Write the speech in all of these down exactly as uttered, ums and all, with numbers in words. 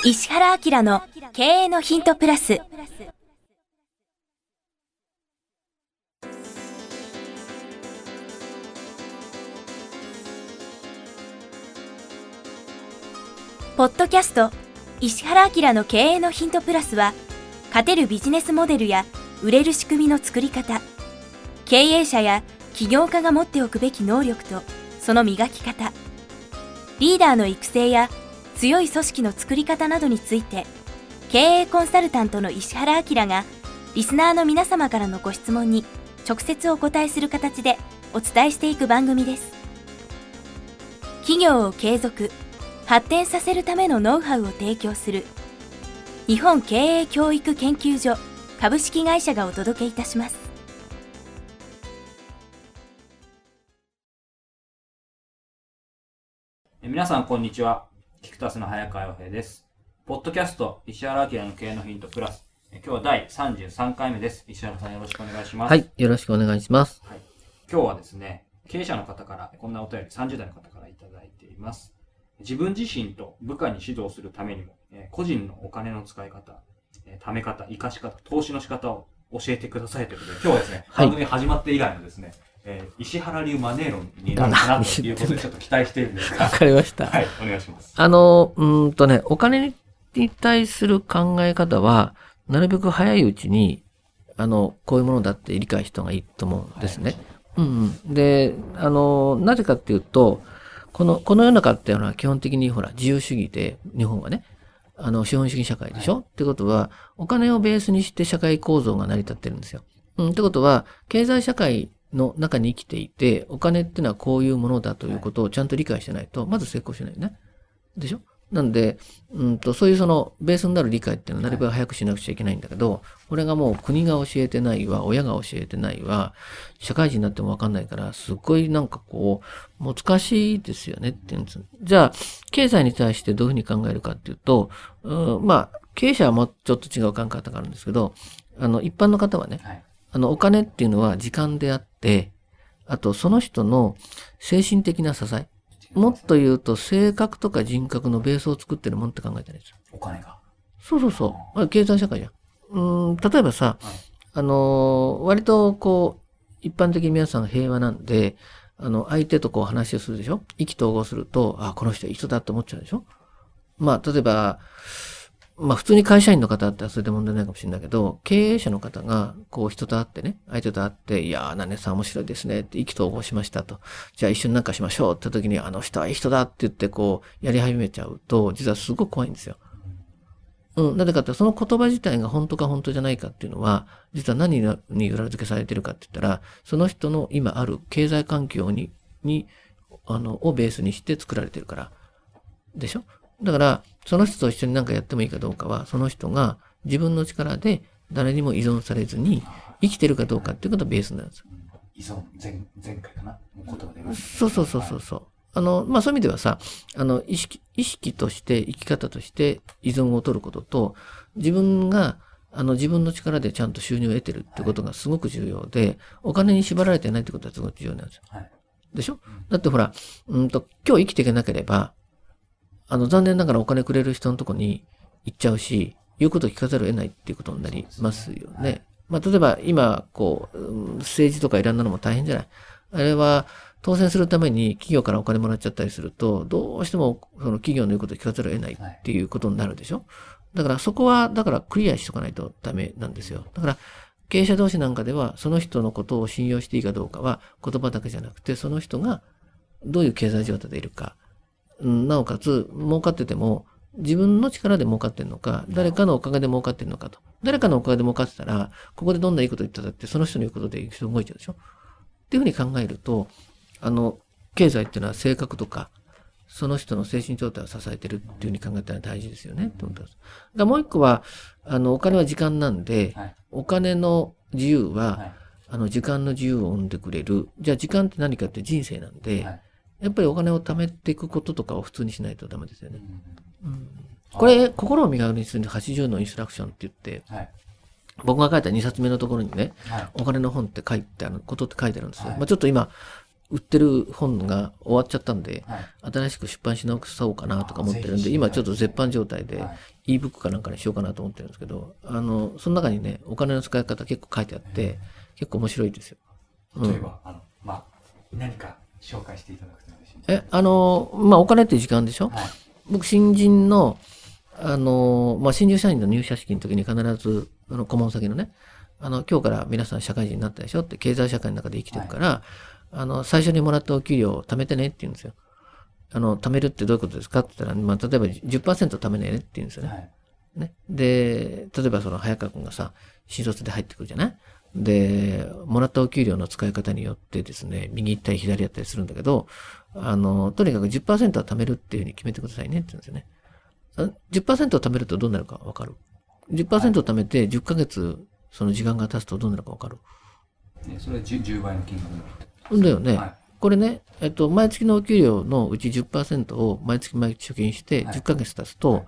石原明の経営のヒントプラス。ポッドキャスト石原明の経営のヒントプラスは、勝てるビジネスモデルや売れる仕組みの作り方、経営者や起業家が持っておくべき能力とその磨き方、リーダーの育成や強い組織の作り方などについて、経営コンサルタントの石原明がリスナーの皆様からのご質問に直接お答えする形でお伝えしていく番組です。企業を継続発展させるためのノウハウを提供する日本経営教育研究所株式会社がお届けいたします。 皆さんこんにちは。キクタスの早川洋平です。ポッドキャスト石原明の経営のヒントプラス、今日はだいさんじゅうさんかいめです。石原さんよろしくお願いします。 はい、よろしくお願いします。 はい、今日はですね、経営者の方からこんなお便りさんじゅうだいの方からいただいています。自分自身と部下に指導するためにも、えー、個人のお金の使い方、えー、貯め方、生かし方、投資の仕方を教えてくださいということで、今日はですね、はい、番組始まって以来のですね、えー、石原流マネー論になるかなということでちょっと期待しているんですが。 わかりました。 はい、お願いします。 あの、うーんとね、お金に対する考え方は、なるべく早いうちに、あの、こういうものだって理解した方がいいと思うんですね。はい、うんうん。で、あの、なぜかっていうと、この、この世の中っていうのは基本的にほら、自由主義で、日本はね、あの、資本主義社会でしょ、はい、ってことは、お金をベースにして社会構造が成り立ってるんですよ。うん、ってことは、経済社会の中に生きていて、お金っていうのはこういうものだということをちゃんと理解してないと、まず成功しないよね。でしょ？なんで、うんと、そういうその、ベースになる理解っていうのはなるべく早くしなくちゃいけないんだけど、これがもう国が教えてないわ、親が教えてないわ、社会人になってもわかんないから、すっごいなんかこう、難しいですよねっていうんです。じゃあ、経済に対してどういうふうに考えるかっていうと、うん、まあ、経営者はもうちょっと違う考え方があるんですけど、あの、一般の方はね、はいあの、お金っていうのは時間であって、あとその人の精神的な支え。もっと言うと性格とか人格のベースを作ってるもんって考えてるんですよ。 お金が。 そうそうそう。経済社会じゃん。うーん、例えばさ、はい、あの、割とこう、一般的に皆さん平和なんで、あの、相手とこう話をするでしょ？意気投合すると、あ、この人いい人だって思っちゃうでしょ？まあ、例えば、まあ普通に会社員の方だったらそれで問題ないかもしれないけど、経営者の方がこう人と会ってね、相手と会って、いやー、何々さん面白いですねって意気投合しましたと。じゃあ一緒になんかしましょうって時に、あの人はいい人だって言ってこうやり始めちゃうと、実はすごく怖いんですよ。うん。なぜかってその言葉自体が本当か本当じゃないかっていうのは、実は何に裏付けされてるかって言ったら、その人の今ある経済環境に、に、あの、をベースにして作られてるから。でしょ？だから、その人と一緒に何かやってもいいかどうかは、その人が自分の力で誰にも依存されずに生きてるかどうかっていうことがベースになるんですよ。 依存、前、前回かな言葉出ました。 そうそうそうそうそう。あの、まあ、そういう意味ではさ、あの、意識、意識として、生き方として依存を取ることと、自分が、あの、自分の力でちゃんと収入を得てるってことがすごく重要で、はい、お金に縛られてないってことはすごく重要なんですよ。はい、でしょ？だってほら、うんと、今日生きていけなければ、あの、残念ながらお金くれる人のとこに行っちゃうし、言うことを聞かざるを得ないっていうことになりますよね。はい、まあ、例えば今、こう、政治とかいろんなのも大変じゃない。あれは、当選するために企業からお金もらっちゃったりすると、どうしてもその企業の言うことを聞かざるを得ないっていうことになるでしょ。だからそこは、だからクリアしとかないとダメなんですよ。だから、経営者同士なんかでは、その人のことを信用していいかどうかは言葉だけじゃなくて、その人がどういう経済状態でいるか、なおかつ、儲かってても、自分の力で儲かってんのか、誰かのおかげで儲かってんのかと。誰かのおかげで儲かってたら、ここでどんないいこと言っただって、その人の言うことで人動いちゃうでしょっていうふうに考えると、あの、経済っていうのは性格とか、その人の精神状態を支えてるっていうふうに考えたら大事ですよね。って思ったんです。がもう一個は、あの、お金は時間なんで、はい、お金の自由は、はい、あの、時間の自由を生んでくれる。じゃあ時間って何かって人生なんで、はいやっぱりお金を貯めていくこととかを普通にしないとダメですよね。うん、これ、心を磨くにするはちじゅうのインストラクションって言って、はい、僕が書いたにさつめのところにね、はい、お金の本って書いてあることって書いてあるんですよ。はい、まあちょっと今、 売ってる本が終わっちゃったんで、 はい、 新しく出版し直そうかなとか思ってるんで、 ぜひ今ちょっと絶版状態で、 はい、 ebook かなんかにしようかなと思ってるんですけど、あの、その中にね、お金の使い方結構書いてあって、結構面白いですよ。 例えば、うん、あの、まあ、何か紹介していただくと嬉しいです。 え、あの、まあ、お金って時間でしょ、はい、僕、新人の、あの、まあ、新入社員の入社式の時に必ず、あの、顧問先のね、あの、今日から皆さん社会人になったでしょって、経済社会の中で生きてるから、はい、あの、最初にもらったお給料を貯めてねって言うんですよ。あの、貯めるってどういうことですかって言ったら、まあ、例えば じゅっパーセント 貯めねえねって言うんですよね。はい、ね。で、例えばその早川君がさ、新卒で入ってくるじゃない？で、もらったお給料の使い方によってですね、右行ったり左やったりするんだけど、あの、とにかく じゅっパーセント は貯めるっていうふうに決めてくださいねって言うんですよね。じゅっパーセント を貯めるとどうなるかわかる？ じゅっパーセント を貯めてじゅっかげつその時間が経つとどうなるかわかる？ ね、それは 10, じゅうばいの金額になる。 だよね。はい、これね、えっと、毎月のお給料のうち じゅっパーセント を毎月毎月貯金してじゅっかげつ経つと、はいはい、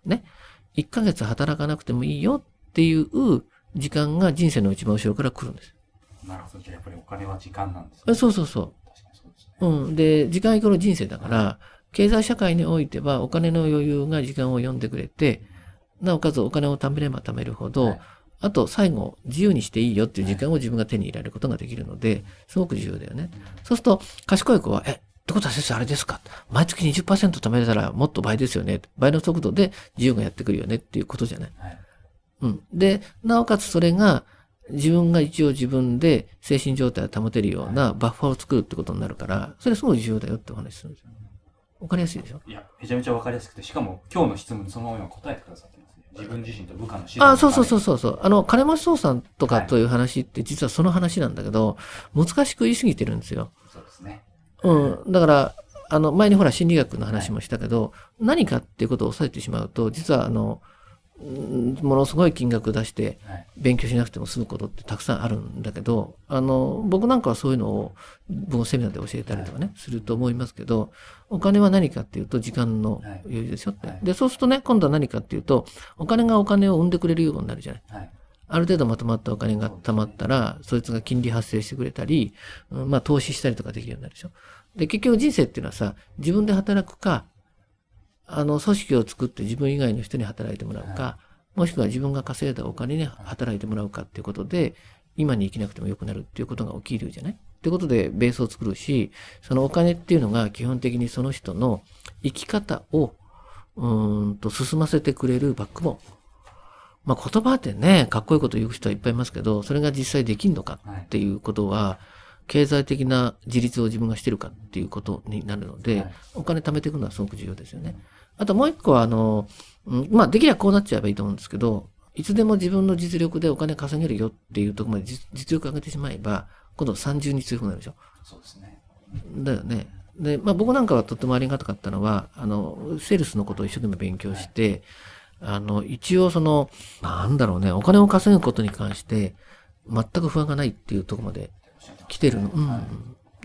ね、いっかげつ働かなくてもいいよっていう時間が人生の一番後ろから来るんです。 なるほど。じゃあやっぱりお金は時間なんですね。 そうそうそう。 確かにそうですね。うん。 で、時間イコール人生だから、はい、経済社会においてはお金の余裕が時間を読んでくれて、なおかつお金を貯めれば貯めるほど、はい、あと最後自由にしていいよっていう時間を自分が手に入れられることができるので、すごく重要だよね。そうすると、賢い子は、え、ってことは先生あれですか？毎月 にじゅっパーセント 貯めれたらもっと倍ですよね。倍の速度で自由がやってくるよねっていうことじゃない。はい、うん。で、なおかつそれが、自分が一応自分で精神状態を保てるようなバッファーを作るってことになるから、それすごい重要だよってお話しするんですよ。わかりやすいでしょ？ いや、めちゃめちゃわかりやすくて、しかも今日の質問にそのまま答えてくださってますね。自分自身と部下の指導。 あ、そうそうそうそうそう。あの、金持ち父さんとかという話って実はその話なんだけど、はい、難しく言い過ぎてるんですよ。 そうですね。 うん。だから、あの、前にほら心理学の話もしたけど、はい、何かっていうことを抑えてしまうと、実はあの、ものすごい金額出して勉強しなくても済むことってたくさんあるんだけど、あの、僕なんかはそういうのを僕のセミナーで教えたりとかね、すると思いますけど、お金は何かっていうと時間の余裕ですよって。で、そうするとね、今度は何かっていうと、お金がお金を生んでくれるようになるじゃない。ある程度まとまったお金が貯まったら、そいつが金利発生してくれたり、まあ投資したりとかできるようになるでしょ。で、結局人生っていうのはさ、自分で働くか、あの、組織を作って自分以外の人に働いてもらうか、はい、もしくは自分が稼いだお金に働いてもらうかっていうことで、今に生きなくても良くなるっていうことが起きるじゃないってことでベースを作るし、そのお金っていうのが基本的にその人の生き方を、うーんと進ませてくれるバックボーン。まあ言葉ってね、かっこいいこと言う人はいっぱいいますけど、それが実際できんのかっていうことは、はい、経済的な自立を自分がしてるかっていうことになるので、はい、お金貯めていくのはすごく重要ですよね。あともう一個は、あの、うん、まあ、できればこうなっちゃえばいいと思うんですけど、いつでも自分の実力でお金稼げるよっていうところまで実力上げてしまえば、今度さんじゅうに強くなるでしょ。 そうですね。 だよね。で、まあ僕なんかはとってもありがたかったのは、あの、セールスのことを一生懸命勉強して、はい、あの、一応その、なんだろうね、お金を稼ぐことに関して、全く不安がないっていうところまで来てるの。うん。はい、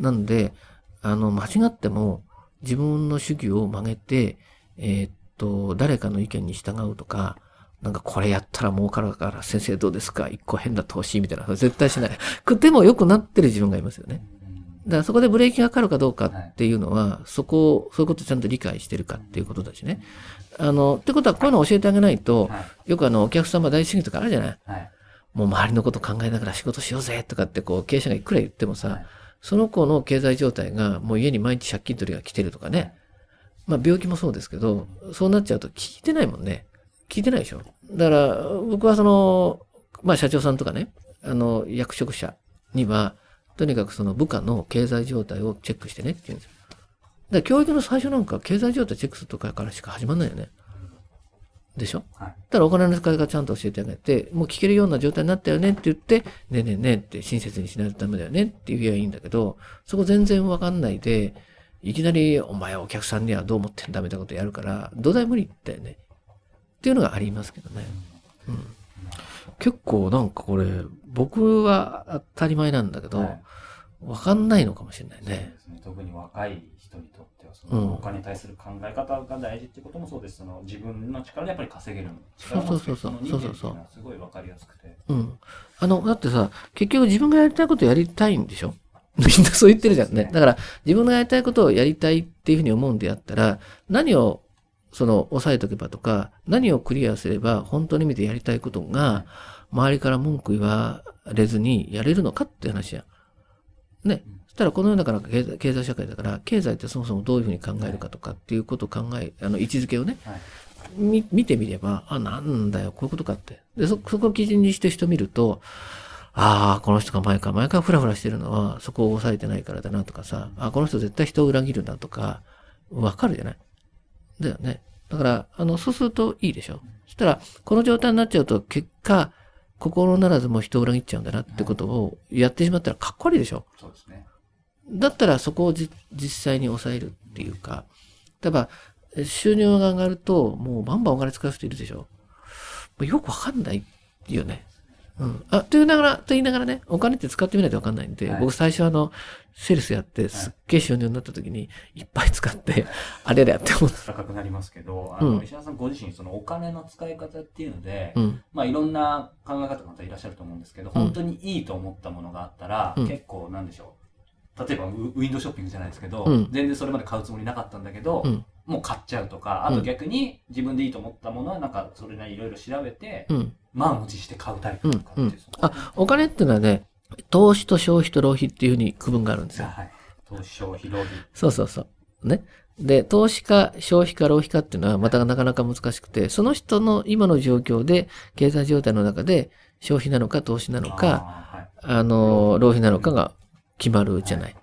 なんで、あの、間違っても自分の主義を曲げて、えー、っと、誰かの意見に従うとか、なんかこれやったら儲かるから先生どうですか？一個変な投資みたいな。絶対しない。でも良くなってる自分がいますよね。だからそこでブレーキがかかるかどうかっていうのは、そこを、そういうことをちゃんと理解してるかっていうことだしね。あの、ってことはこういうのを教えてあげないと、よくあの、お客様大主義とかあるじゃない？もう周りのこと考えながら仕事しようぜとかってこう、経営者がいくら言ってもさ、その子の経済状態がもう家に毎日借金取りが来てるとかね。まあ病気もそうですけど、そうなっちゃうと聞いてないもんね。聞いてないでしょ。だから僕はその、まあ社長さんとかね、あの役職者には、とにかくその部下の経済状態をチェックしてねって言うんですよ。だから教育の最初なんか経済状態チェックするとかからしか始まんないよね。でしょ、はい、だからお金の使い方ちゃんと教えてあげて、もう聞けるような状態になったよねって言って、ねえねえねえって親切にしないとダメだよねって言えばいいんだけど、そこ全然わかんないで、いきなりお前はお客さんにはどう思ってんだみたいなことやるから、土台無理だよね。っていうのがありますけどね。うん、結構なんかこれ、僕は当たり前なんだけど、はい、わかんないのかもしれないね。そうですね。 特に若い人にとっては、そのお金に対する考え方が大事ってこともそうです。その自分の力でやっぱり稼げる力もそうそうそうそうそうそうすごいわかりやすくて。 うん。あのだってさ、結局自分がやりたいことやりたいんでしょ。 みんなそう言ってるじゃんね。 そうですねだから自分がやりたいことをやりたいっていうふうに思うんであったら、何をその抑えとけばとか、何をクリアすれば本当の意味でやりたいことが周りから文句言われずにやれるのかっていう話や。ね。そしたらこの世の中の経済、経済社会だから、経済ってそもそもどういうふうに考えるかとかっていうことを考え、あの位置づけをね、 はいみ見てみれば、あ、なんだよ、こういうことかって。で、そ、そこを基準にして人見ると、ああ、この人が前か、前からフラフラしてるのは、そこを抑えてないからだなとかさ、あ、この人絶対人を裏切るなとか、わかるじゃないだよね。だから、あの、そうするといいでしょ。そしたら、この状態になっちゃうと、結果、心ならずも人を裏切っちゃうんだなってことをやってしまったらかっこ悪いでしょ。 そうですね。 だったらそこをじ実際に抑えるっていうか、例えば、収入が上がると、もうバンバンお金使う人いるでしょ。よくわかんないよね。うん。あ、と言いながら、と言いながらね、お金って使ってみないとわかんないんで、 はい、 僕最初あの、セールスやって、すっげえ収入になった時に、いっぱい使って、あれだって思った。 高くなりますけど、あの、うん、石原さんご自身、そのお金の使い方っていうので、うん、まあいろんな考え方の方いらっしゃると思うんですけど、本当にいいと思ったものがあったら、うん、結構なんでしょう。例えばウィンドウショッピングじゃないですけど、うん、全然それまで買うつもりなかったんだけど、うん、もう買っちゃうとか、あと逆に自分でいいと思ったものはなんかそれなりいろいろ調べて、うん、満を持して買うタイプとかって、うんうん、 あ、お金っていうのはね、投資と消費と浪費っていうふうに区分があるんですよ。 はい。投資、消費、浪費。 そうそうそう。ね。で、投資か消費か浪費かっていうのはまたなかなか難しくて、その人の今の状況で、経済状態の中で消費なのか投資なのか、あ、はい、あの、浪費なのかが決まるじゃない。はい、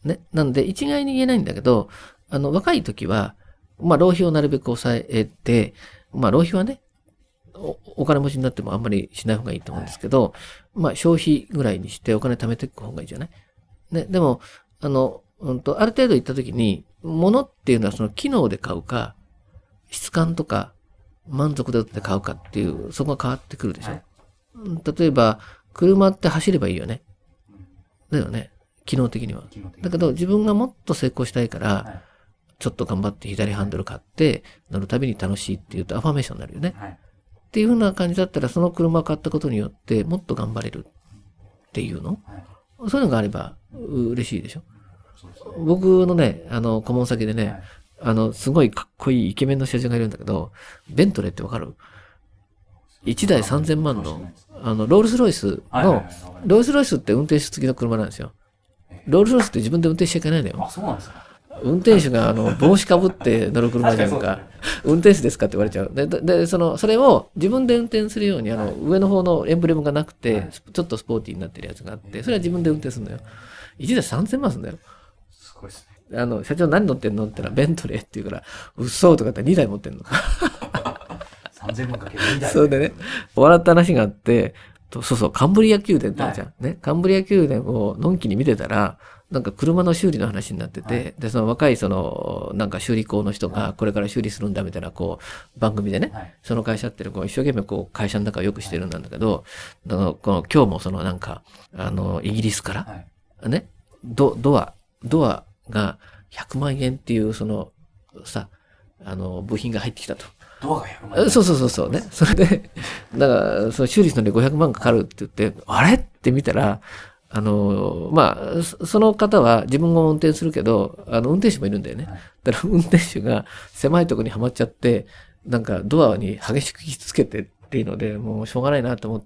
ね。なんで一概に言えないんだけど、あの、若い時は、まあ、浪費をなるべく抑えて、まあ、浪費はね、お、お金持ちになってもあんまりしない方がいいと思うんですけど、はい、まあ、消費ぐらいにしてお金貯めていく方がいいじゃないね。でも、あの、うんと、ある程度行った時に、物っていうのはその機能で買うか、質感とか、満足度で買うかっていう、そこが変わってくるでしょ。はい、例えば、車って走ればいいよね。だよね。機能的には。だけど、自分がもっと成功したいから、はい、ちょっと頑張って左ハンドル買って、乗るたびに楽しいっていうとアファメーションになるよね。はい、っていう風な感じだったら、その車を買ったことによって、もっと頑張れるっていうの、はい、そういうのがあれば、嬉しいでしょ。そうですね、僕のね、あの、顧問先でね、はい、あの、すごいかっこいいイケメンの社長がいるんだけど、ベントレーってわかる？いちだいさんぜんまんの、あの、ロールスロイスの、ロールスロイスって運転手付きの車なんですよ。ロールスロイスって自分で運転しちゃいけないんだよ。 あ、そうなんですか。 運転手があの帽子かぶって乗る車じゃんか、ね、運転手ですかって言われちゃう。で、でそのそれを自分で運転するようにあの、はい、上の方のエンブレムがなくて、はい、ちょっとスポーティーになってるやつがあって、それは自分で運転するのよ。いちだいさんぜんまんするんだよ。 すごいですね。 あの社長何乗ってんのって言ったらベントレーって言うから、嘘とかってにだい持ってんの。 さんぜんまんかけるにだい。 そうでね、笑った話があって、そうそう、カンブリア宮殿ってあるじゃん。はい、ね、カンブリア宮殿をのんきに見てたら、なんか車の修理の話になってて、はい、で、その若いその、なんか修理工の人がこれから修理するんだみたいな、こう、番組でね、はい、その会社っていうのを一生懸命こう、会社の中を良くしてるんだけど、はい、この今日もそのなんか、あの、イギリスから、はい、ね、ド、ドア、ドアがひゃくまんえんっていうその、さ、あの、部品が入ってきたと。 ドアがひゃくまんえん。 そうそうそうそうね。それで、だから、その修理するのにごひゃくまんかかるって言って、あれって見たら、あの、まあ、その方は自分も運転するけど、あの、運転手もいるんだよね。はい、だから運転手が狭いところにはまっちゃって、なんかドアに激しく傷つけてっていうので、もうしょうがないなと思った、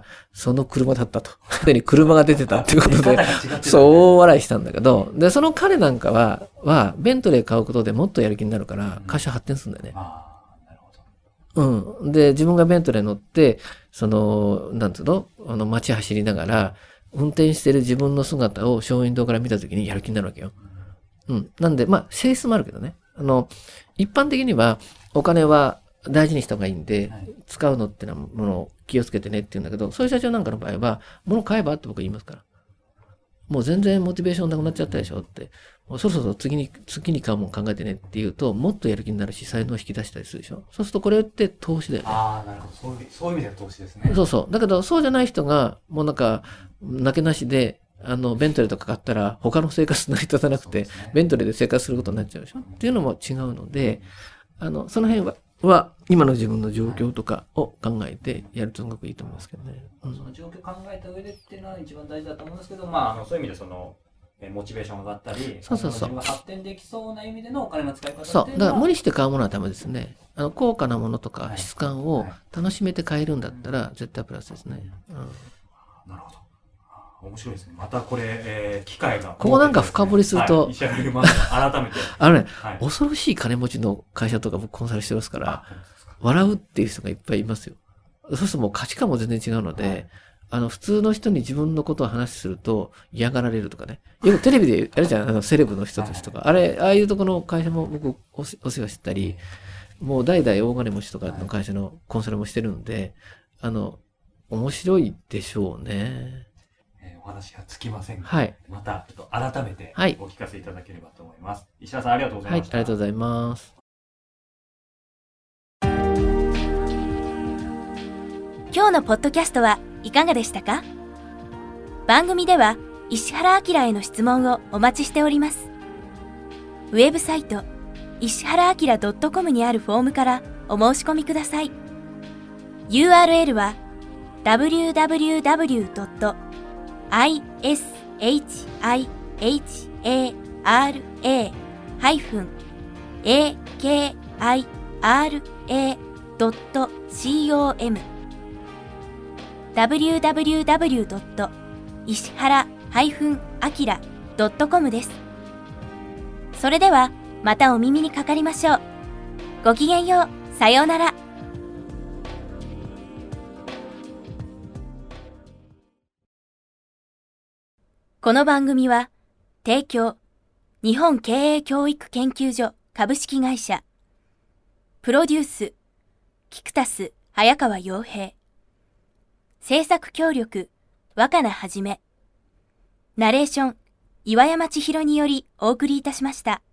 その車だったと。すでに車が出てたっていうことで、そう大笑いしたんだけど、で、その彼なんかは、は、ベントレー買うことでもっとやる気になるから、会社発展するんだよね。うん。で、自分がベントレー乗って、その、なんつうのあの、街走りながら、運転してる自分の姿をショーウィンドウから見たときにやる気になるわけよ。うん。なんで、まあ、性質もあるけどね。あの、一般的にはお金は大事にした方がいいんで、はい、使うのってのはものを気をつけてねって言うんだけど、そういう社長なんかの場合は、物買えばって僕言いますから。もう全然モチベーションなくなっちゃったでしょって。もうそろそろ次に、次に買うもん考えてねって言うと、もっとやる気になるし、才能を引き出したりするでしょ。そうするとこれって投資だよね。 ああ、なるほど。そういう、そういう意味では投資ですね。 そうそう。だけど、そうじゃない人が、もうなんか、なけなしで、あの、ベントレーとか買ったら、他の生活成り立たなくて、ね、ベントレーで生活することになっちゃうでしょ。っていうのも違うので、あの、その辺は、は、今の自分の状況とかを考えてやるとすごくいいと思いますけどね。 うん、その状況を考えた上でっていうのは一番大事だと思うんですけど、まあ、あのそういう意味でその、 えモチベーションが上がったり、 そうそうそう自分が発展できそうな意味でのお金の使い方っていうそう。 のは、 だから無理して買うものはダメですね。あの、高価なものとかはい質感をはい楽しめて買えるんだったら、絶対プラスですね。うん。 なるほど。面白いですね。またこれ、えー機会が、 ここなんか深掘りするとはい、石原流マスター改めて。 あのね、 はい。 恐ろしい金持ちの会社とか僕コンサルしてますから、 あ、そうですか。 笑うっていう人がいっぱいいますよ。そうするともう価値観も全然違うので、 はいあの、普通の人に自分のことを話すると嫌がられるとかね。よくテレビでやるじゃん、あの、セレブの人たちとか。あれ、ああいうところの会社も僕お世お世話してたり、もう代々大金持ちとかの会社のコンサルもしてるんで、あの、面白いでしょうね。 えーお話がつきませんが、 はい。 またちょっと改めてはいお聞かせいただければと思います。石原さんありがとうございはい、あました。 りがとうございます。 今日のポッドキャストはいかがでしたか？番組では石原明への質問をお待ちしております。ウェブサイト石原明 .com にあるフォームからお申し込みください。ユーアールエル は ダブリューダブリューダブリュードットアイエスエイチアイエイチエーアールエー ハイフン エーケーアイアールエー ドット コム ダブリューダブリューダブリュー ドット 石原 アキラ ドット コム です。それではまたお耳にかかりましょう。ごきげんよう。さようなら。この番組は提供日本経営教育研究所株式会社プロデュースキクタス早川洋平制作協力若菜はじめナレーション岩山千尋によりお送りいたしました。